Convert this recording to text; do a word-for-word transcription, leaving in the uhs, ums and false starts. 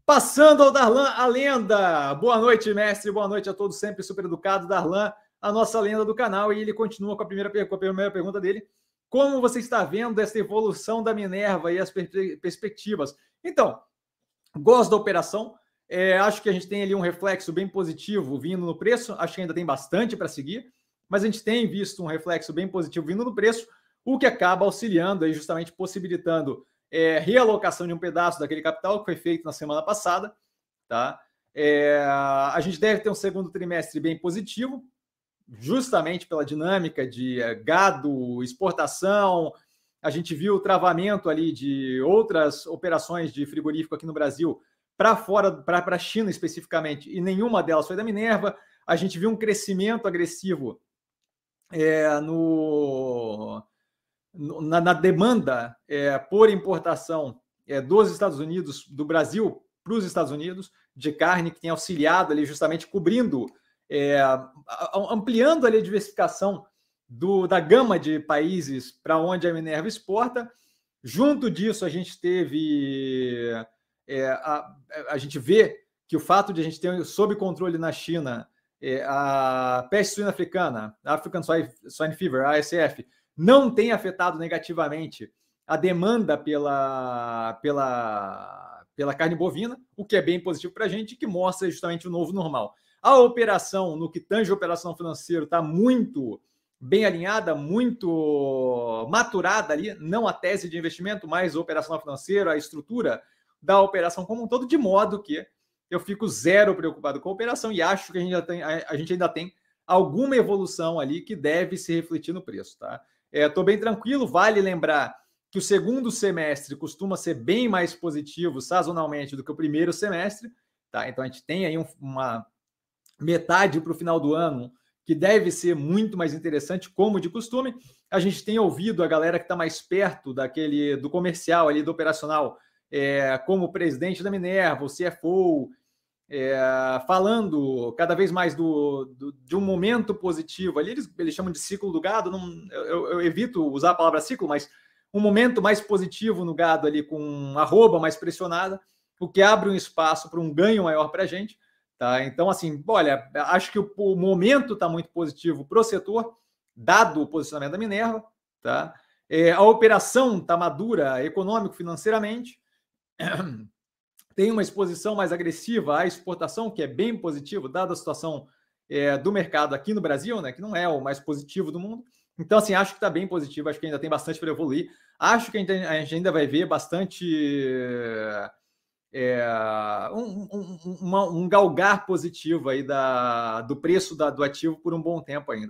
Passando ao Darlan, a lenda. Boa noite, mestre. Boa noite a todos, sempre super educado. Darlan, a nossa lenda do canal. E ele continua com a primeira, com a primeira pergunta dele. Como você está vendo essa evolução da Minerva e as per perspectivas? Então, gosto da operação. É, acho que a gente tem ali um reflexo bem positivo vindo no preço. Acho que ainda tem bastante para seguir. Mas a gente tem visto um reflexo bem positivo vindo no preço, o que acaba auxiliando e justamente possibilitando É, realocação de um pedaço daquele capital que foi feito na semana passada, tá? É, a gente deve ter um segundo trimestre bem positivo, justamente pela dinâmica de é, gado, exportação. A gente viu o travamento ali de outras operações de frigorífico aqui no Brasil para fora, para a China especificamente, e nenhuma delas foi da Minerva. A gente viu um crescimento agressivo é, no Na, na demanda é, por importação é, dos Estados Unidos, do Brasil para os Estados Unidos, de carne, que tem auxiliado ali justamente cobrindo, é, ampliando ali a diversificação do, da gama de países para onde a Minerva exporta. Junto disso, a gente teve, é, a, a gente vê que o fato de a gente ter sob controle na China é, a peste suína africana, African Swine Fever, A S F, não tem afetado negativamente a demanda pela, pela, pela carne bovina, o que é bem positivo para a gente, que mostra justamente o novo normal. A operação, no que tange a operação financeira, está muito bem alinhada, muito maturada ali, não a tese de investimento, mas a operação financeira, a estrutura da operação como um todo, de modo que eu fico zero preocupado com a operação e acho que a gente, já tem, a gente ainda tem alguma evolução ali que deve se refletir no preço, tá? Estou é, bem tranquilo. Vale lembrar que o segundo semestre costuma ser bem mais positivo sazonalmente do que o primeiro semestre, tá? Então a gente tem aí um, uma metade para o final do ano que deve ser muito mais interessante, como de costume. A gente tem ouvido a galera que está mais perto daquele do comercial ali, do operacional, é, como o presidente da Minerva, o C F O, É, falando cada vez mais do, do, de um momento positivo ali, eles, eles chamam de ciclo do gado, não, eu, eu evito usar a palavra ciclo, mas um momento mais positivo no gado ali, com arroba mais pressionada, o que abre um espaço para um ganho maior para a gente, tá? Então, assim, olha, acho que o, o momento está muito positivo para o setor, dado o posicionamento da Minerva, tá? É, a operação está madura econômico, financeiramente, tem uma exposição mais agressiva à exportação, que é bem positivo, dada a situação é, do mercado aqui no Brasil, né, que não é o mais positivo do mundo. Então, assim, acho que está bem positivo, acho que ainda tem bastante para evoluir. Acho que a gente, a gente ainda vai ver bastante é, um, um, uma, um galgar positivo aí da, do preço da, do ativo por um bom tempo ainda.